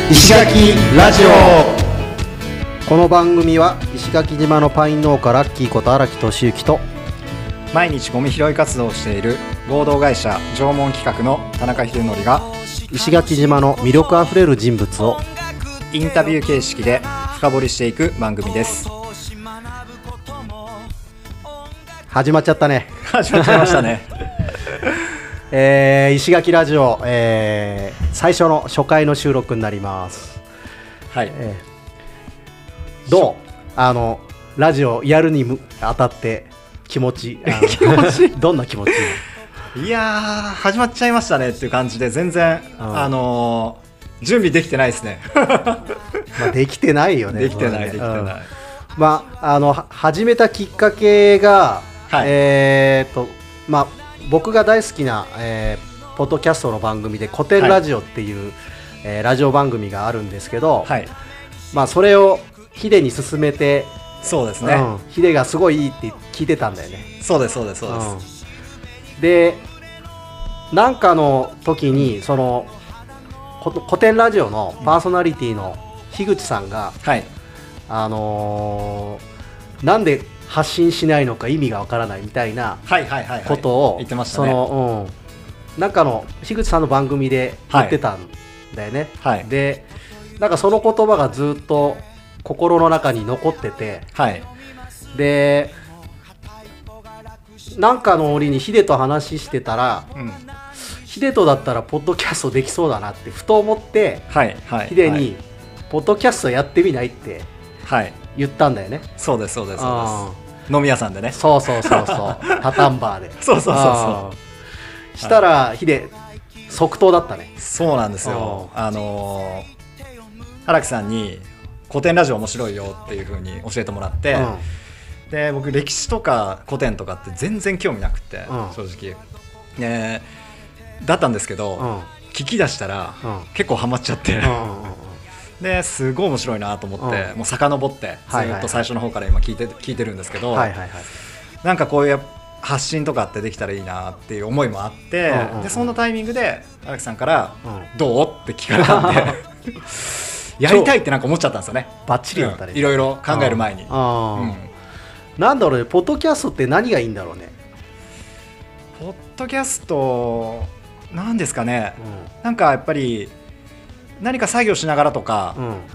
石垣ラジオ。 この番組は石垣島のパイン農家ラッキーこと荒木俊之と毎日ゴミ拾い活動をしている合同会社縄文企画の田中秀則が石垣島の魅力あふれる人物をインタビュー形式で深掘りしていく番組です。 始まっちゃったね。 始まっちゃいましたね。 石垣ラジオ、最初の初回の収録になります。 はい、 どうラジオやるにあたって気持ちどんな気持ち？ いやー始まっちゃいましたねっていう感じで全然、準備できてないですね。 まあできてないよね。 できてない、できてない。 まあ始めたきっかけが、 はい、 まあ僕が大好きな、ポッドキャストの番組で古典ラジオっていう、ラジオ番組があるんですけど、 はい、 まあそれをヒデに勧めて、 そうですね、 ヒデがすごいいいって聞いてたんだよね。 そうですそうですそうです、 でなんかの時にその古典ラジオのパーソナリティの樋口さんが、 はい、 なんで発信しないのか意味がわからないみたいなことを言ってましたね。 なんかの樋口さんの番組で言ってたんだよね。 はい、 でなんかその言葉がずっと心の中に残ってて、 はい、 でなんかの折にヒデと話してたら、ヒデとだったらポッドキャストできそうだなってふと思って、ヒデにポッドキャストやってみないって言ったんだよね。 そうですそうですそうです。飲み屋さんでね。 そうタタンバーで。 そうしたらヒデ即答だったね。 そうなんですよ。荒木さんに古典ラジオ面白いよっていう風に教えてもらって、で僕歴史とか古典とかって全然興味なくて、正直ねだったんですけど、聞き出したら、結構ハマっちゃって、ですごい面白いなと思って、もう遡ってずっと最初の方から今聞いてるんですけど、なんかこういう発信とかってできたらいいなっていう思いもあって、でそんなタイミングで荒木さんからどうって聞かれたんでやりたいってなんか思っちゃったんですよね。 バッチリだったね。 いろいろ考える前に。 なんだろうね、ポッドキャストって何がいいんだろうね。 ポッドキャストなんですかね、なんかやっぱり何か作業しながらとか、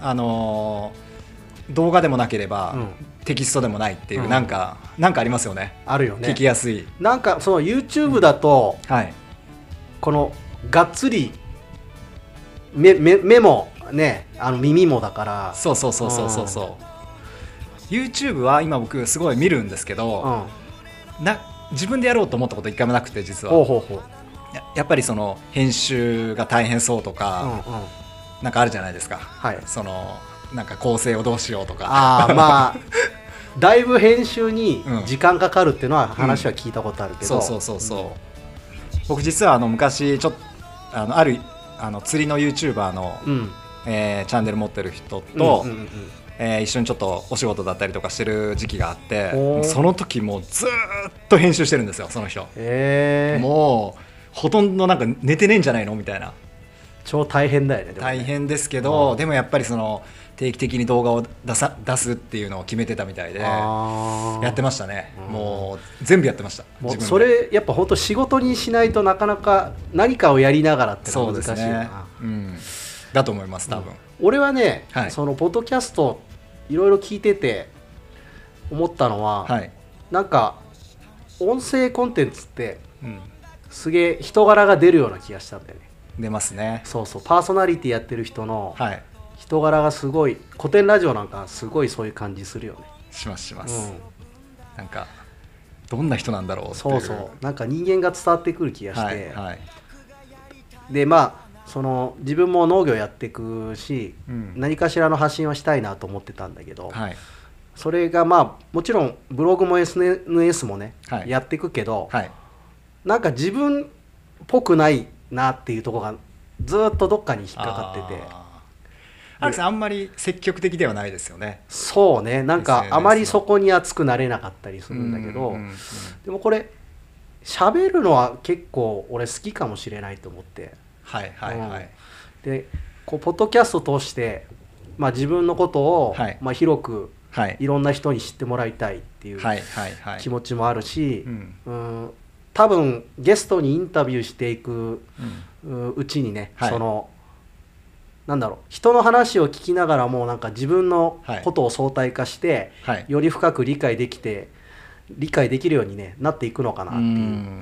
動画でもなければ、テキストでもないっていう、なんかありますよね。あるよね。聞きやすい。 なんかその YouTube だと、このがっつり目もね、耳もだから。 そう。YouTube は今僕すごい見るんですけど、自分でやろうと思ったこと一回もなくて、実は。やっぱりその編集が大変そうとか、なんかあるじゃないですか。そのなんか構成をどうしようとか。 まあだいぶ編集に時間かかるっていうのは話は聞いたことあるけど。 僕実は昔ちょっとある釣りの YouTuber の、チャンネル持ってる人と、一緒にちょっとお仕事だったりとかしてる時期があって、その時もうずっと編集してるんですよ、その人。もうほとんどなんか寝てねえんじゃないのみたいな。 超大変だよね。 大変ですけど、でもやっぱりその定期的に動画を出すっていうのを決めてたみたいでやってましたね。もう全部やってました。 もうそれやっぱ本当仕事にしないとなかなか何かをやりながらってのは難しいよな。 だと思います、多分。 俺はね、そのポッドキャストいろいろ聞いてて思ったのは、なんか音声コンテンツって、すげえ人柄が出るような気がしたんだよね。 出ますね。 パーソナリティやってる人の人柄がすごい、古典ラジオなんかすごいそういう感じするよね。 します。なんかどんな人なんだろうっていう。 なんか人間が伝わってくる気がして、でまあその自分も農業やっていくし、何かしらの発信はしたいなと思ってたんだけど、それがまあもちろんブログも SNS もね、やっていくけど、なんか自分っぽくないなっていうところがずっとどっかに引っかかってて。 荒木さんあんまり積極的ではないですよね。 そうね、なんかあまりそこに熱くなれなかったりするんだけど、でもこれ喋るのは結構俺好きかもしれないと思って。でこうポッドキャストを通して、まあ、自分のことを、はい、まあ、広く、はい、いろんな人に知ってもらいたいっていう気持ちもあるし、多分ゲストにインタビューしていくうちにね、はい、そのなんだろう、人の話を聞きながらもなんか自分のことを相対化して、はい、より深く理解できるように、ね、なっていくのかなっていう、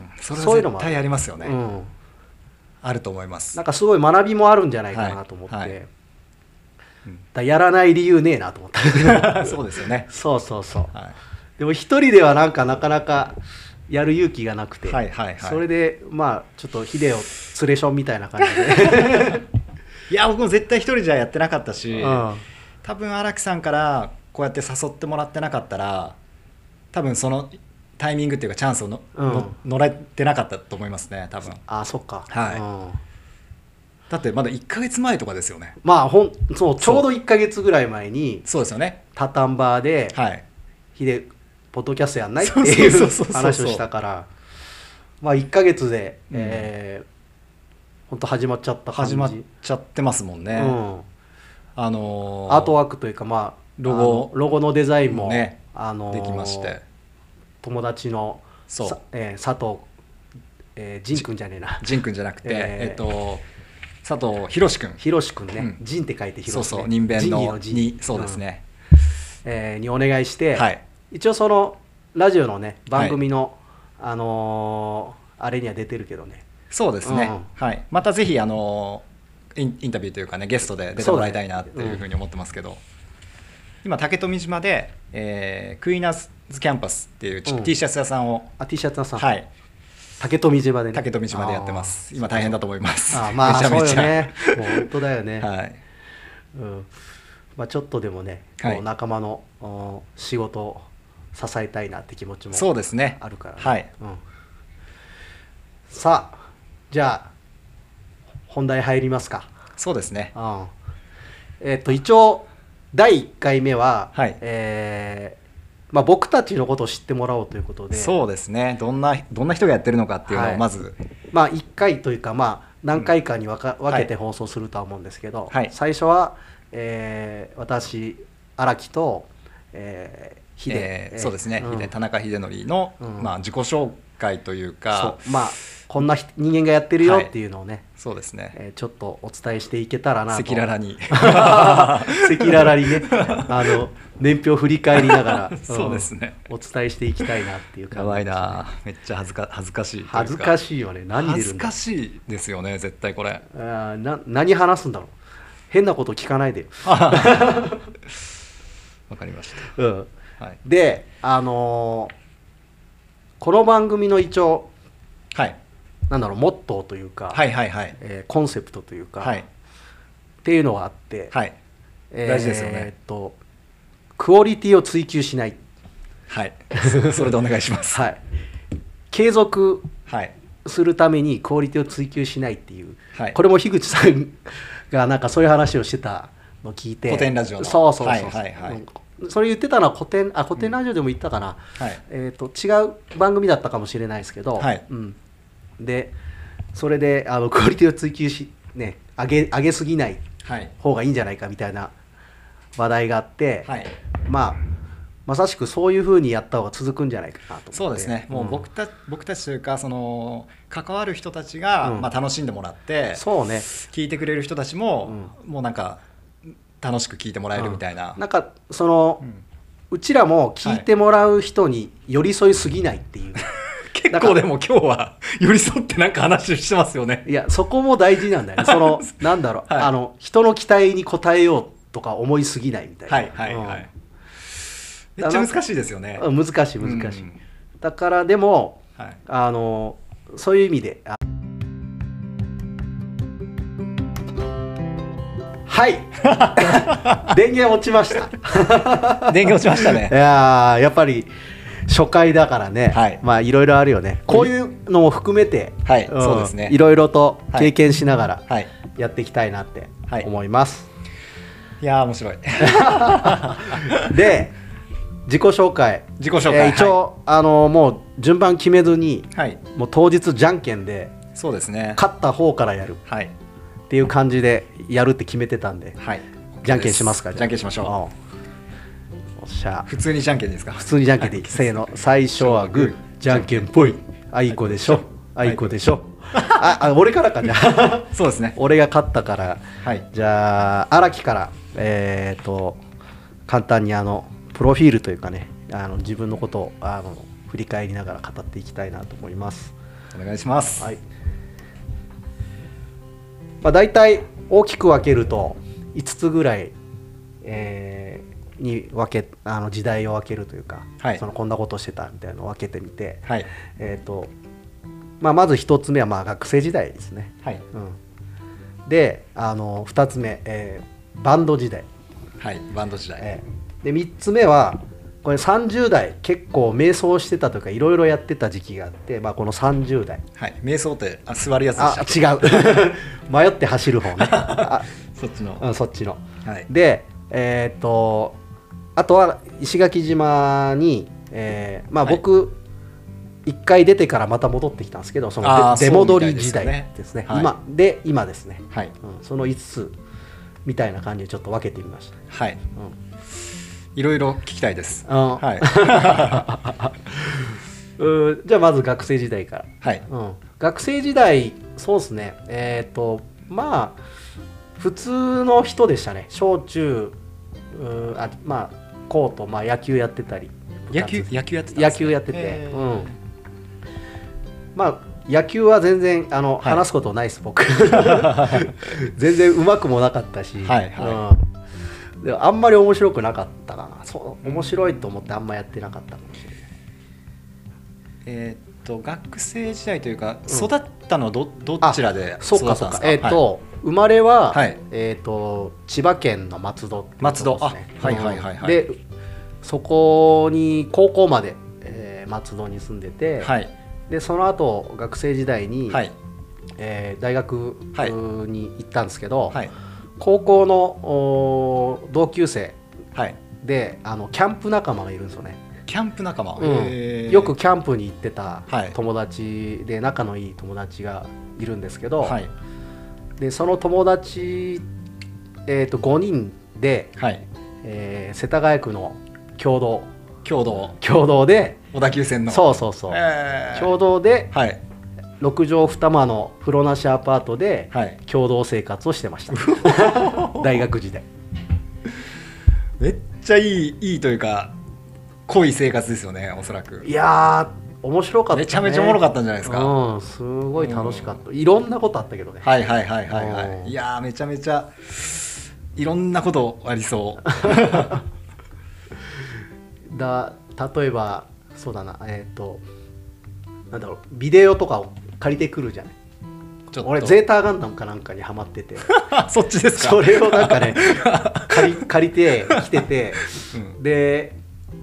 そういうのも絶対ありますよね、あると思います。 なんかすごい学びもあるんじゃないかなと思って、はいはい、だやらない理由ねえなと思ったそうですよね。 そうそうそう、はい、でも一人ではなかなかやる勇気がなくて、はいはいはい、それでまあちょっとヒデをツレションみたいな感じでいや僕も絶対一人じゃやってなかったし、多分荒木さんからこうやって誘ってもらってなかったら多分そのタイミングっていうかチャンスを乗れてなかったと思いますね、多分。 あ、そっか、 はい、だってまだ1ヶ月前とかですよね。 まあそうちょうど1ヶ月ぐらい前にそうですよね、 タタンバーで、はい、ヒデポッドキャストやんないっていう話をしたから、まあ1ヶ月で、本当始まっちゃった感じ。 始まっちゃってますもんね、 アートワークというか、まあ、ロゴのデザインも、ね、 できまして、 友達の佐藤、仁君じゃねえな、 仁君じゃなくて、佐藤博君ね、仁って書いて博、ね、 そう人弁の仁、そうですね、 にお願いして、はい、一応そのラジオのね番組の、はい、あれには出てるけどね。 そうですね、はい、またぜひインタビューというかねゲストで出てもらいたいなっていうふうに思ってますけど、今竹富島で、クイーナーズキャンパスっていう、T シャツ屋さんを、 T シャツ屋さん、 はい、 竹富島でね、 竹富島でやってます。今大変だと思います。 まあめちゃめちゃそうよね、もう本当だよね、 はい、 まあ、ちょっとでもね、はい、仲間の仕事を支えたいなって気持ちもそうですね、 あるからね、 はい、 さあじゃあ本題入りますか。 そうですね、 一応第1回目は、 はい、 まあ、僕たちのことを知ってもらおうということで、 そうですね、どんな人がやってるのかっていうのをまず、はい、 まあ、1回というか、まあ、何回かに分けて放送するとは思うんですけど、はい、最初は、私荒木と、ヒデ、 そうですね、田中秀則の、まあ、自己紹介というか、 まあこんな人間がやってるよっていうのをね、はい、 そうですね、 ちょっとお伝えしていけたらなと。 赤裸々に赤裸々にね年表振り返りながらそうですね、 お伝えしていきたいなっていう感じですね。 やばいな、めっちゃ恥ずかしいというか。 恥ずかしいよね、何出るんだ。 恥ずかしいですよね絶対これ。 何話すんだろう、変なこと聞かないでよわかりました、 はい、でこの番組の一応、はい、なんだろう、モットーというか、 はいはいはい、 コンセプトというか、 はい、 っていうのがあって、 はい、大事ですよね。 クオリティを追求しない、 はい、それでお願いします、 はい、継続するためにクオリティを追求しないっていう、はい、これも樋口さんがなんかそういう話をしてたのを聞いて、 古典ラジオの、 そうそうそう、 はいはいはい、 それ言ってたのは古典ラジオでも言ったかな、はい、違う番組だったかもしれないですけど、はい、でそれでクオリティを追求し、ね、上げすぎない方がいいんじゃないかみたいな話題があって、はい、まさしくそういうふうにやった方が続くんじゃないかなと思って。 そうですね、もう僕たちというか、その関わる人たちが、楽しんでもらって、 そうね、 聞いてくれる人たちも、もうなんか楽しく聞いてもらえるみたいな、 なんかその、うちらも聞いてもらう人に寄り添いすぎないっていう、 結構でも今日は寄り添ってなんか話してますよね。 いや、そこも大事なんだよね。そのなんだろう、はい、人の期待に応えようとか思いすぎないみたいな。 はいはいはい。めっちゃ難しいですよね。 難しい、だからでも、はい、そういう意味で、はい電源落ちました電源落ちましたね。 いややっぱり初回だからね、はい、まあいろいろあるよね。こういうのも含めて、はい、そうですね、いろいろと経験しながらやっていきたいなって思います、 いや面白いで自己紹介、一応、もう順番決めずに、もう当日じゃんけんでそうですね、 勝った方からやる、 はい、 っていう感じでやるって決めてたんで、 はい、 じゃんけんしますか。 じゃんけんしましょう。 おっしゃ。 普通にじゃんけんでいいですか？ 普通にじゃんけんでいい。せーの、最初はグー、じゃんけんぽい。あいこでしょ、あいこでしょ。俺からか、じゃあそうですね、 俺が勝ったから、 はい、 じゃあ荒木から、簡単にプロフィールというかね、自分のことを振り返りながら語っていきたいなと思います。 お願いします。 はい。大体大きく分けると5つぐらい、に分け時代を分けるというか、 はい、 こんなことしてたみたいなのを分けてみて、 はい、 まず1つ目は学生時代ですね。 はい、 で2つ目、バンド時代、 はい、バンド時代、 で3つ目はこれ30代結構瞑想してたというかいろいろやってた時期があって、この30代、 はい、瞑想って座るやつでした？ 違う迷って走る方ねそっちの、 そっちの、 はい、 であとは石垣島に、僕1回出てからまた戻ってきたんですけど、その出戻り時代ですね。今ですね、はい、その5つみたいな感じでちょっと分けてみました。 はい、いろいろ聞きたいです。はい、 じゃあまず学生時代から。 はい、 学生時代そうですね、普通の人でしたね。小中高と野球やってたり、 野球やってたんですね。 野球やってて、野球は全然話すことないです、僕全然うまくもなかったし、であんまり面白くなかったかな。面白いと思ってあんまやってなかったかもしれない。 学生時代というか、育ったのはどちらで育ったんですか？生まれは、千葉県の松戸っていうところですね。でそこに高校まで、松戸に住んでて、でその後学生時代に、大学に行ったんですけど、高校の同級生でキャンプ仲間がいるんですよね。 キャンプ仲間、 よくキャンプに行ってた友達で仲のいい友達がいるんですけど、でその友達、5人で、世田谷区の共同で小田急線のそう、共同で、6畳2間の風呂なしアパートで共同生活をしてました大学時代。 めっちゃいいというか濃い生活ですよね、おそらく。 いやー面白かったね。 めちゃめちゃおもろかったんじゃないですか。 すごい楽しかった。いろんなことあったけどね。 いやーめちゃめちゃいろんなことありそう例えばそうだな、なんだろう、ビデオとかを借りてくるじゃない。俺ゼータガンダムかなんかにハマっててそっちですか？ それをなんかね借りてきてて、で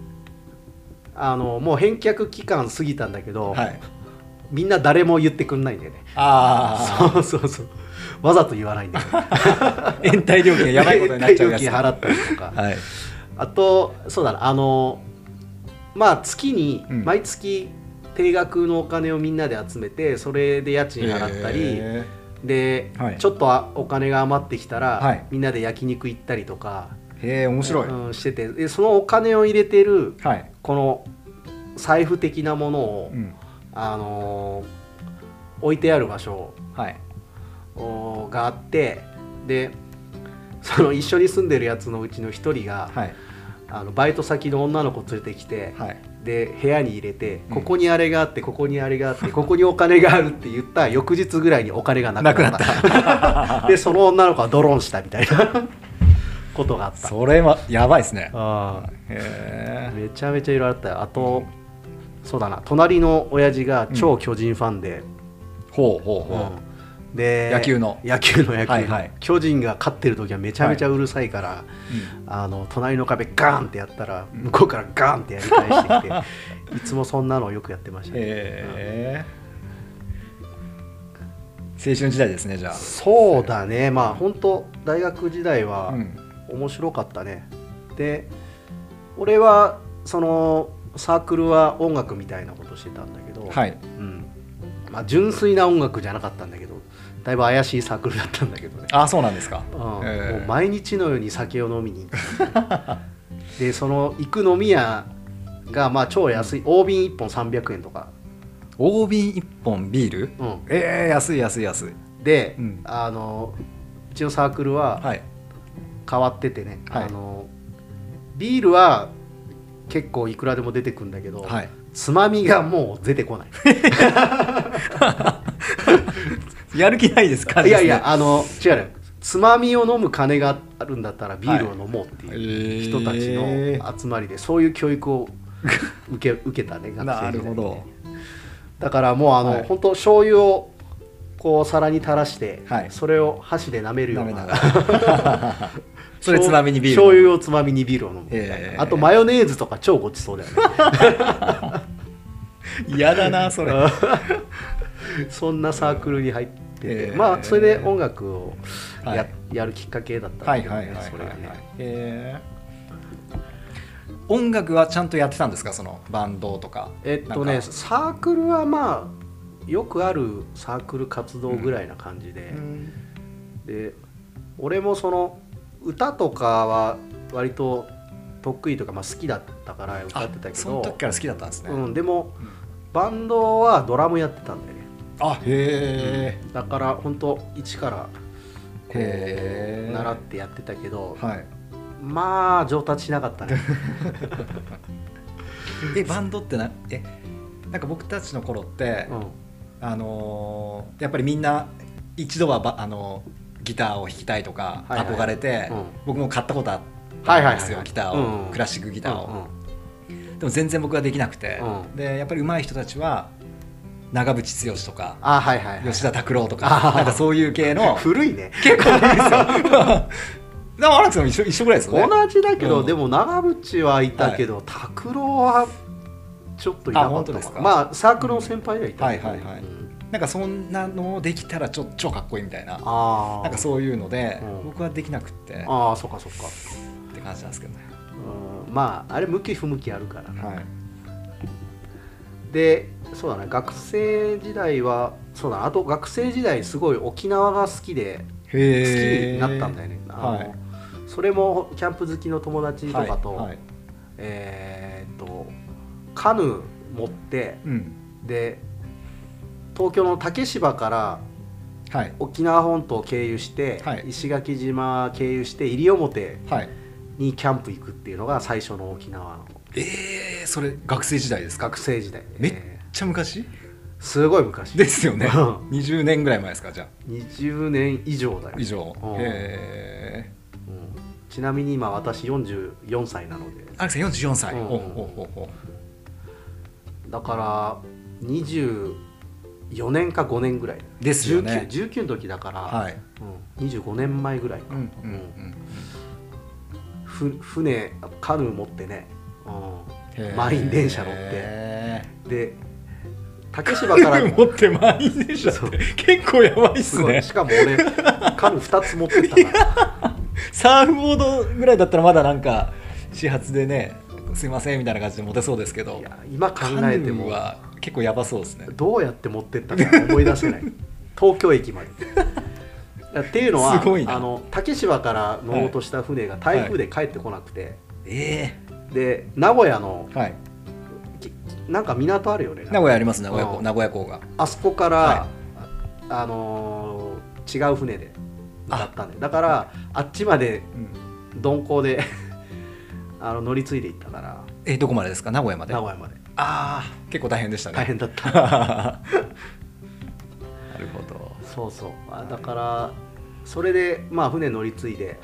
もう返却期間過ぎたんだけど、みんな誰も言ってくんないんだよね。そうわざと言わないんだよ延滞料金やばいことになっちゃうやつ。 延滞料金払ったりとか、あとそうだな、月に毎月定額のお金をみんなで集めて、それで家賃払ったりで、ちょっとお金が余ってきたら、みんなで焼肉行ったりとか面白い、 してて、でそのお金を入れてる、この財布的なものを、置いてある場所、があって、でその一緒に住んでるやつのうちの一人が、バイト先の女の子連れてきて、で部屋に入れて、ここにあれがあってここにあれがあってここにお金があるって言った翌日ぐらいにお金がなくなったでその女の子はドローンしたみたいなことがあった。 それはやばいですね。 めちゃめちゃいろいろあったよ。あと、そうだな、隣の親父が超巨人ファンで、で野球の巨人が勝ってる時はめちゃめちゃうるさいから、隣の壁ガーンってやったら向こうからガーンってやり返してきていつもそんなのをよくやってましたね。 青春時代ですね。じゃあそうだね。本当大学時代は面白かったね。で俺はそのサークルは音楽みたいなことしてたんだけど、純粋な音楽じゃなかったんだけど、 だいぶ怪しいサークルだったんだけどね。 あ、そうなんですか。 もう毎日のように酒を飲みに行ってでその行く飲み屋がまあ超安い、大瓶1本300円とか。 大瓶1本ビール、安い安い安いで、うちのサークルは変わっててね、ビールは結構いくらでも出てくるんだけど、つまみがもう出てこないやる気ないですか？ いやいや、違うね、つまみを飲む金があるんだったらビールを飲もうっていう人たちの集まりで、そういう教育を受けたね、学生時代に。 なるほど。 だからもう本当醤油をこう皿に垂らして、それを箸で舐めるようなそれつまみにビール、 醤油をつまみにビールを飲むみたいな。あとマヨネーズとか超ごちそうだよね嫌だなそれそんなサークルに入ってて、まあそれで音楽をやるきっかけだったんだけどね、それがね。 音楽はちゃんとやってたんですか、そのバンドとか？ サークルはまあよくあるサークル活動ぐらいな感じで、で俺もその歌とかは割と得意とか、まあ、好きだったから歌ってたけど、 その時から好きだったんですね。 でもバンドはドラムやってたんだよね。 あ、へえ。 だから本当一からこう習ってやってたけど、まあ上達しなかったねバンドってなんか僕たちの頃って、やっぱりみんな一度はギターを弾きたいとか憧れて、僕も買ったことあったんですよ、ギターを、クラシックギターを。でも全然僕はできなくて、でやっぱり上手い人たちは長渕剛とか吉田拓郎とか、なんかそういう系の古いね、 結構古いですよでも荒木さんも一緒ぐらいですよね。 同じだけど、でも長渕はいたけど、拓郎はちょっといなかったかな。まあサークルの先輩ではいたけど、 なんかそんなのできたら超かっこいいみたいな、なんかそういうので、僕はできなくって、 ああそっかそっかって感じなんですけどね。 まああれ向き不向きあるからね。でそうだね、学生時代はそうだ、あと学生時代すごい沖縄が好きで好きになったんだよね。それもキャンプ好きの友達とかと、カヌー持って、で東京の竹芝から沖縄本島を経由して、石垣島経由して西表にキャンプ行くっていうのが最初の沖縄の。 それ学生時代ですか？ 学生時代、 めっちゃ昔？ すごい昔ですよね20年ぐらい前ですか？じゃあ 20年以上だよ。 以上。 ちなみに今私44歳なので。 荒木さん44歳。 だから24年か5年ぐらいですよね。 19の時だから、25年前ぐらいか。船カヌー持ってね、満員電車乗ってで竹芝から持って満員電車って結構やばいっすね。 しかも俺カヌー2つ持ってったからサーフボードぐらいだったらまだなんか始発でね、すいませんみたいな感じで持てそうですけど、 いや今考えてもは結構やばそうですね。 どうやって持ってったか思い出せない東京駅までっていうのは竹芝から乗ろうとした船が台風で帰ってこなくて、で名古屋の、なんか港あるよね。 名古屋ありますね、名古屋港が。 あそこから、違う船でだったんで、だからあっちまで鈍行で乗り継いでいったから。 どこまでですか？名古屋まで。 名古屋まで。 結構大変でしたね。 大変だったなるほど。 そうそう、だからそれでまあ船乗り継いで、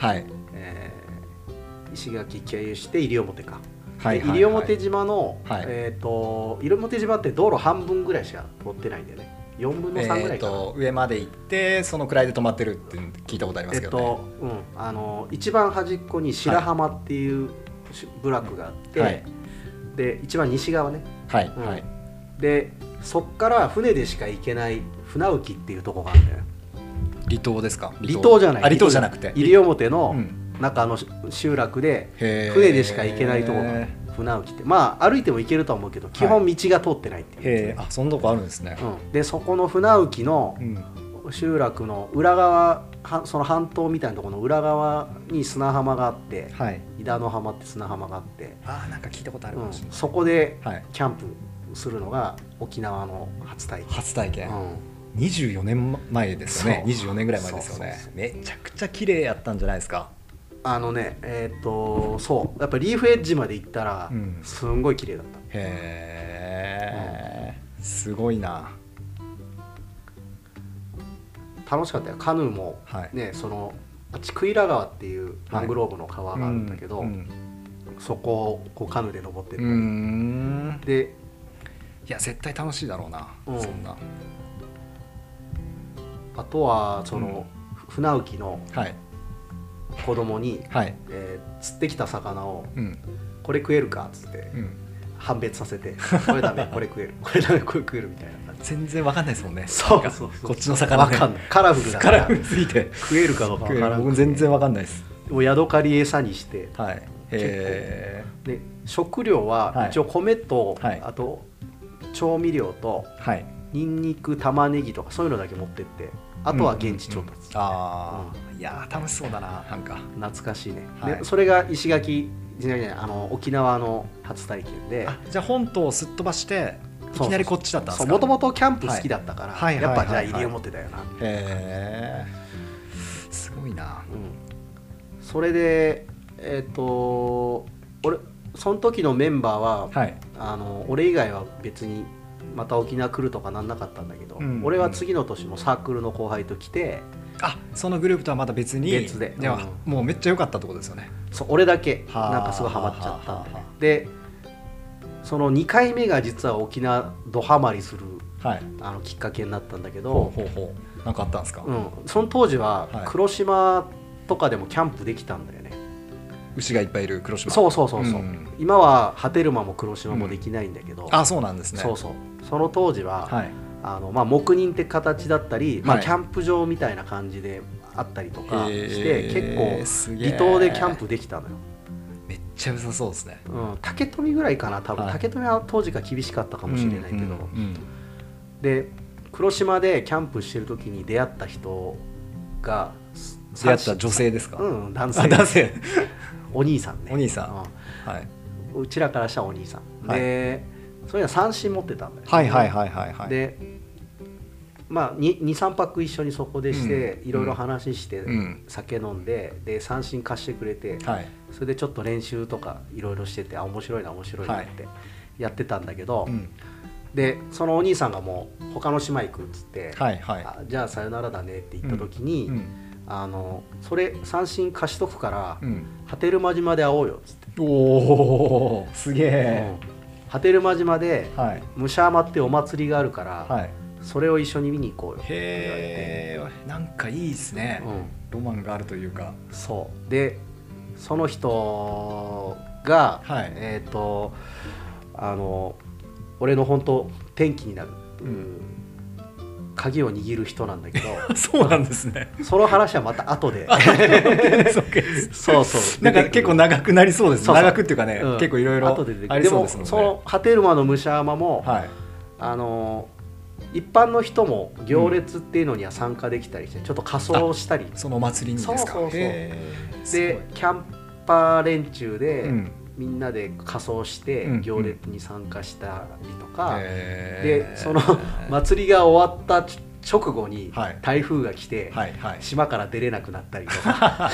石垣経由して西表か。西表島の、西表島って道路半分ぐらいしか通ってないんだよね。4分の3ぐらいかな。 上まで行ってそのくらいで止まってるって聞いたことありますけどね。 一番端っこに白浜っていう部落があって、で一番西側ね。でそっから船でしか行けない船浮っていうとこがあるんだよ。 離島ですか？ 離島じゃない。 離島じゃなくて西表の中の集落で船でしか行けないところが船浮って、まあ歩いても行けるとは思うけど基本道が通ってないっていう。 そんなとこあるんですね。 でそこの船浮の集落の裏側、その半島みたいなところの裏側に砂浜があって、はい、井田の浜って砂浜があって、 なんか聞いたことあるかもしれない、 そこでキャンプするのが沖縄の初体験。 初体験、24年前ですよね。24年ぐらい前ですよね。めちゃくちゃ綺麗やったんじゃないですか。 そうやっぱりリーフエッジまで行ったらすんごい綺麗だった。 へえ、すごいな。 楽しかったよ。カヌーもね、そのクイラ川っていうマングローブの川があるんだけど、そこをこうカヌーで登ってって、で、 いや絶対楽しいだろうな、そんな。 あとはその船浮きの子供に、釣ってきた魚を、これ食えるかっつって、判別させて、これダメこれ食える、これダメこれ食えるみたいな。 全然わかんないですもんね。 そうこっちの魚ね、カラフルだから、 カラフルすぎて食えるかどうかわからない。 僕全然わかんないです。 もうヤドカリ餌にして、 で食料は一応米と、あと調味料と、ニンニク、玉ねぎとかそういうのだけ持ってって、あとは現地調達。 いや楽しそうだな、なんか懐かしいね。でそれが石垣沖縄の初体験で、 じゃあ本島をすっ飛ばしていきなりこっちだったんですか。 もともとキャンプ好きだったから、やっぱじゃあ西表だよな。 すごいな。 それで俺その時のメンバーは、俺以外は別にまた沖縄来るとかなんなかったんだけど、俺は次の年もサークルの後輩と来て、 そのグループとはまた別で、もうめっちゃ良かったってことですよね。 そう、俺だけなんかすごいハマっちゃったんでね。でその2回目が実は沖縄ドハマりする、きっかけになったんだけど、 なんかあったんですか。 その当時は黒島とかでもキャンプできたんだよね。 牛がいっぱいいる黒島。 そう、今は波照間も黒島もできないんだけど、 そうなんですね。 その当時は、黙認って形だったり、キャンプ場みたいな感じであったりとかして結構離島でキャンプできたのよ。 めっちゃ良さそうですね。 竹富ぐらいかな、多分竹富は当時が厳しかったかもしれないけど、で黒島でキャンプしてる時に出会った人が、 出会った女性ですか。 男性お兄さんね。 お兄さん、 うちらからしたらお兄さんで、そういうの三振持ってたんだよ。で23泊一緒にそこでして、いろいろ話して、酒飲んで、で三振貸してくれて、それでちょっと練習とかいろいろしてて、面白いなってやってたんだけど、でそのお兄さんがもう他の島行くっつって、じゃあさよならだねって言った時に、それ三振貸しとくから、波照間島で会おうよっつって。 おー、すげえ。 波照間島で武者浜ってお祭りがあるから、それを一緒に見に行こうよって言われて。なんかいいですね、ロマンがあるというか。 そうで、その人が、俺の本当転機になる、鍵を握る人なんだけどそうなんですね。 その話はまた後でそうなんか結構長くなりそうです。長くっていうかね、結構いろいろありそうですもんね。 でもその波照間の武者浜も、一般の人も行列っていうのには参加できたりして、ちょっと仮装したり、 そのお祭りにですか。 でキャンパー連中で、みんなで仮装して行列に参加したりとか、でその祭りが終わった直後に台風が来て、島から出れなくなったりとか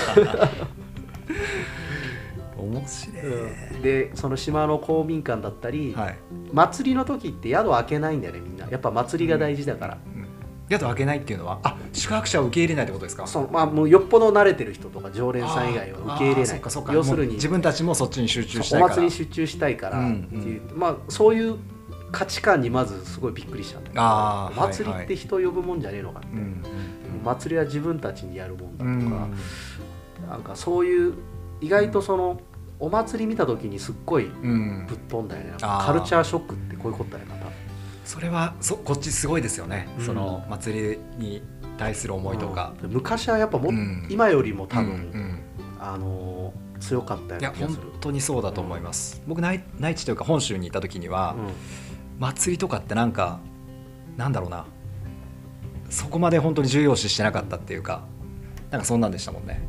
面白い、 でその島の公民館だったり、祭りの時って宿開けないんだよね、みんな。やっぱ祭りが大事だから、 宿開けないっていうのは、宿泊者を受け入れないってことですか。 そう、もうよっぽど慣れてる人とか常連さん以外は受け入れない。要するに自分たちもそっちに集中したいから、 お祭りに集中したいからっていう、そういう価値観にまずすごいびっくりしたんだけど、お祭りって人呼ぶもんじゃねえのかって、祭りは自分たちにやるもんだとか、なんかそういう意外とそのお祭り見た時にすっごいぶっ飛んだよね。カルチャーショックってこういうことだよ、また。 それはこっちすごいですよね、その祭りに対する思いとか。 昔はやっぱ今よりも多分、強かったような気がする。 いや本当にそうだと思います。僕内地というか本州にいた時には、祭りとかってなんだろうな、 そこまで本当に重要視してなかったっていうか、なんかそんなんでしたもんね。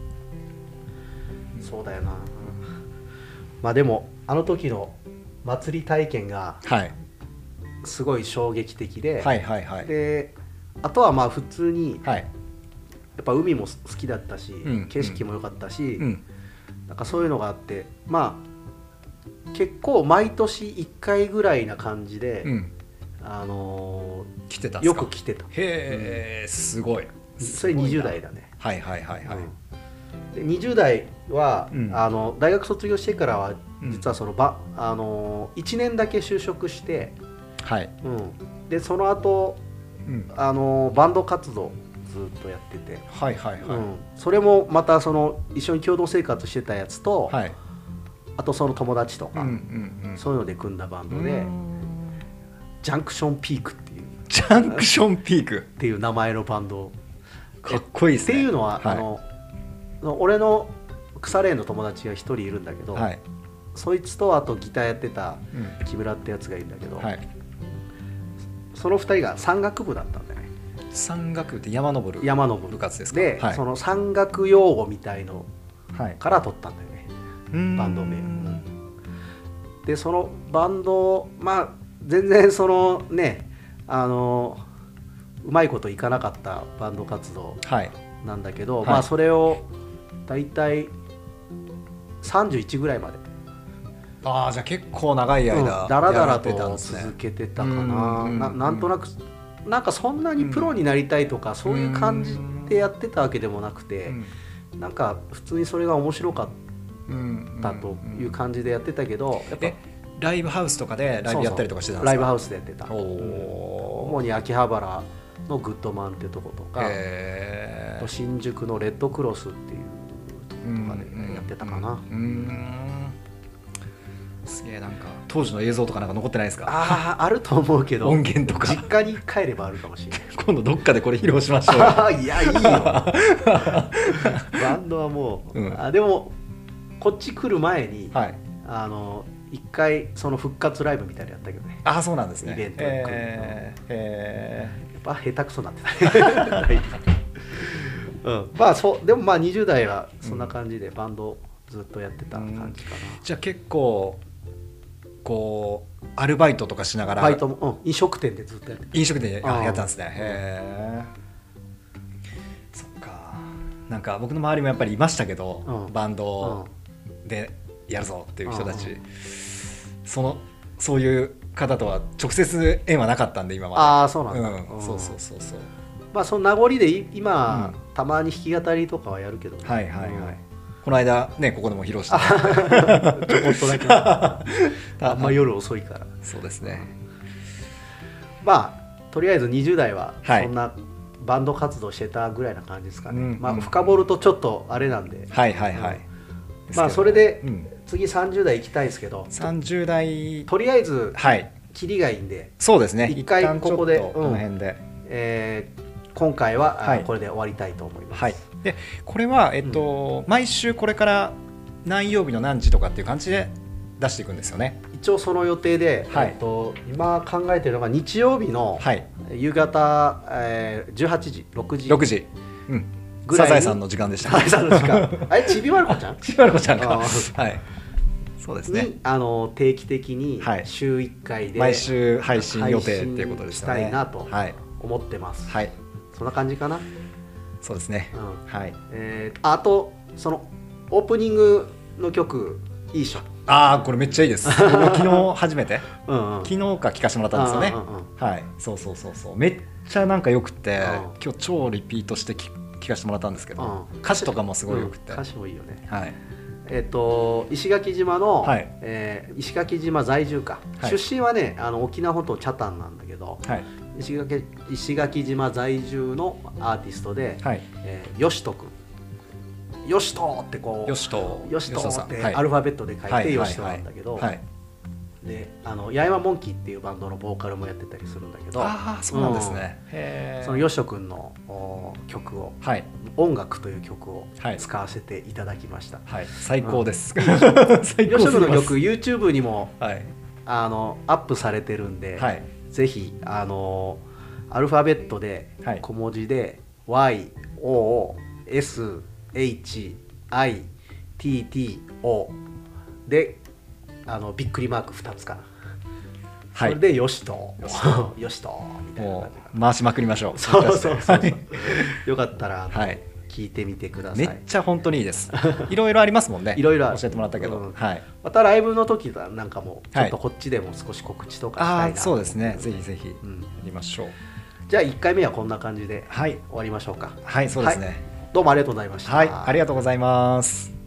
そうだよな。まあでもあの時の祭り体験がすごい衝撃的で、 はいはいはい、 であとはまあ普通にはい、 やっぱ海も好きだったし、 うん、 景色も良かったし、 うん、 なんかそういうのがあって、まあ結構毎年1回ぐらいな感じで、 うん、 来てたんですか？ よく来てた。 へえ、すごい。 それ20代だね。 はいはいはいはい。 で20代は、 うん、 大学卒業してからは実はその1年だけ就職して、 はい、 うん、でその後、うん、バンド活動ずっとやってて、 はいはいはい、うん、 それもまたその一緒に共同生活してたやつと、 はい、 あとその友達とか、 うんうんうん、 そういうので組んだバンドで、ジャンクションピークっていう、 ジャンクションピークっていう名前のバンド、 かっこいいですね。 っていうのは、はい、俺の腐れ縁の友達が一人いるんだけど、はい、そいつとあとギターやってた木村ってやつがいるんだけど、はい、その2人が山岳部だったんだよね。 山岳部って山登る部活ですか？ で、はい、その山岳用語みたいのから取ったんだよね、はい、バンド名、うん、でそのバンド、まあ全然そのねうまいこといかなかったバンド活動なんだけど、はい、まあそれをだいたい31ぐらいまで、 ああ、じゃあ結構長い間だらだらと続けてたかな。なんとなくなんかそんなにプロになりたいとかそういう感じでやってたわけでもなくて、なんか普通にそれが面白かったという感じでやってたけど、やっぱライブハウスとかでライブやったりとかしてたんですか？ ライブハウスでやってた。主に秋葉原のグッドマンってとことか、新宿のレッドクロスっていうとことかでやってたかな。 すげえ、なんか当時の映像とかなんか残ってないですか？ あると思うけど、 音源とか実家に帰ればあるかもしれない。 今度どっかでこれ披露しましょうよ。 いや、いいよ。バンドはもう、でもこっち来る前に、はい、一回その復活ライブみたいなのやったけどね。 あ、そうなんですね。 イベントで来る。やっぱ下手くそになってたね。うん、まあでもまあ20代はそんな感じでバンドずっとやってた感じかな。 じゃあ結構こうアルバイトとかしながら、 バイトも、飲食店でずっとやってた。 飲食店でやったんですね。へえ。そっか。なんか僕の周りもやっぱりいましたけど、バンドでやるぞっていう人たち、そういう方とは直接縁はなかったんで今まで。 ああ、そうなんだ。 そうそうそうそう。 まあその名残で今、たまに弾き語りとかはやるけどね。 はいはいはい。この間ね、ここでも披露した、 ちょこっとだけ。あんま夜遅いから。 そうですね。 まあとりあえず20代はそんなバンド活動してたぐらいな感じですかね。まあ深掘るとちょっとあれなんで。 はいはいはい。 まあそれで次30代行きたいですけど。 30代とりあえずキリがいいんで。 そうですね。 一回ここでこの辺で。 今回はこれで終わりたいと思います。 はい。でこれは、毎週これから何曜日の何時とかっていう感じで出していくんですよね。 一応その予定で、今考えているのが日曜日の夕方、18時6時ぐらいにサザエさんの時間でした。 サザエさんの時間。あれちびまる子ちゃん？ ちびまる子ちゃんか。はい。そうですね。 定期的に週1回で毎週配信予定っていうことですね。 したいなと思ってます。 はい。そんな感じかな。 そうですね。はい。 あとそのオープニングの曲いいでしょ。 ああ、これめっちゃいいです。昨日初めて昨日か聴かせてもらったんですよね。はい。そうめっちゃなんかよくて、今日超リピートして聴かせてもらったんですけど、歌詞とかもすごいよくて。 歌詞もいいよね。 はい。 石垣島の石垣島在住か。出身はね、沖縄本島北谷なんだけど。石垣島在住のアーティストで、よしとくん、よしとってこう、よしとってアルファベットで書いてよしとなんだけど、で八重山モンキーっていうバンドのボーカルもやってたりするんだけど、 ああそうなんですね。 そのよしとくんの曲を、音楽という曲を使わせていただきました。 最高です。 よしとくんの曲 YouTube にもアップされてるんで。ぜひアルファベットで小文字で YOSHITTO でびっくりマーク2つかな、はい、それでよしとよしとみたいな感じ回しまくりましょう。 そうよかったら聞いてみてください。 めっちゃ本当にいいです。いろいろありますもんね。 いろいろ教えてもらったけど、はい、 またライブの時なんかもちょっとこっちでも少し告知とかしたいな、 そうですね、ぜひぜひやりましょう。 じゃあ1回目はこんな感じで終わりましょうか。 はい、そうですね。 どうもありがとうございました。 はい、ありがとうございます。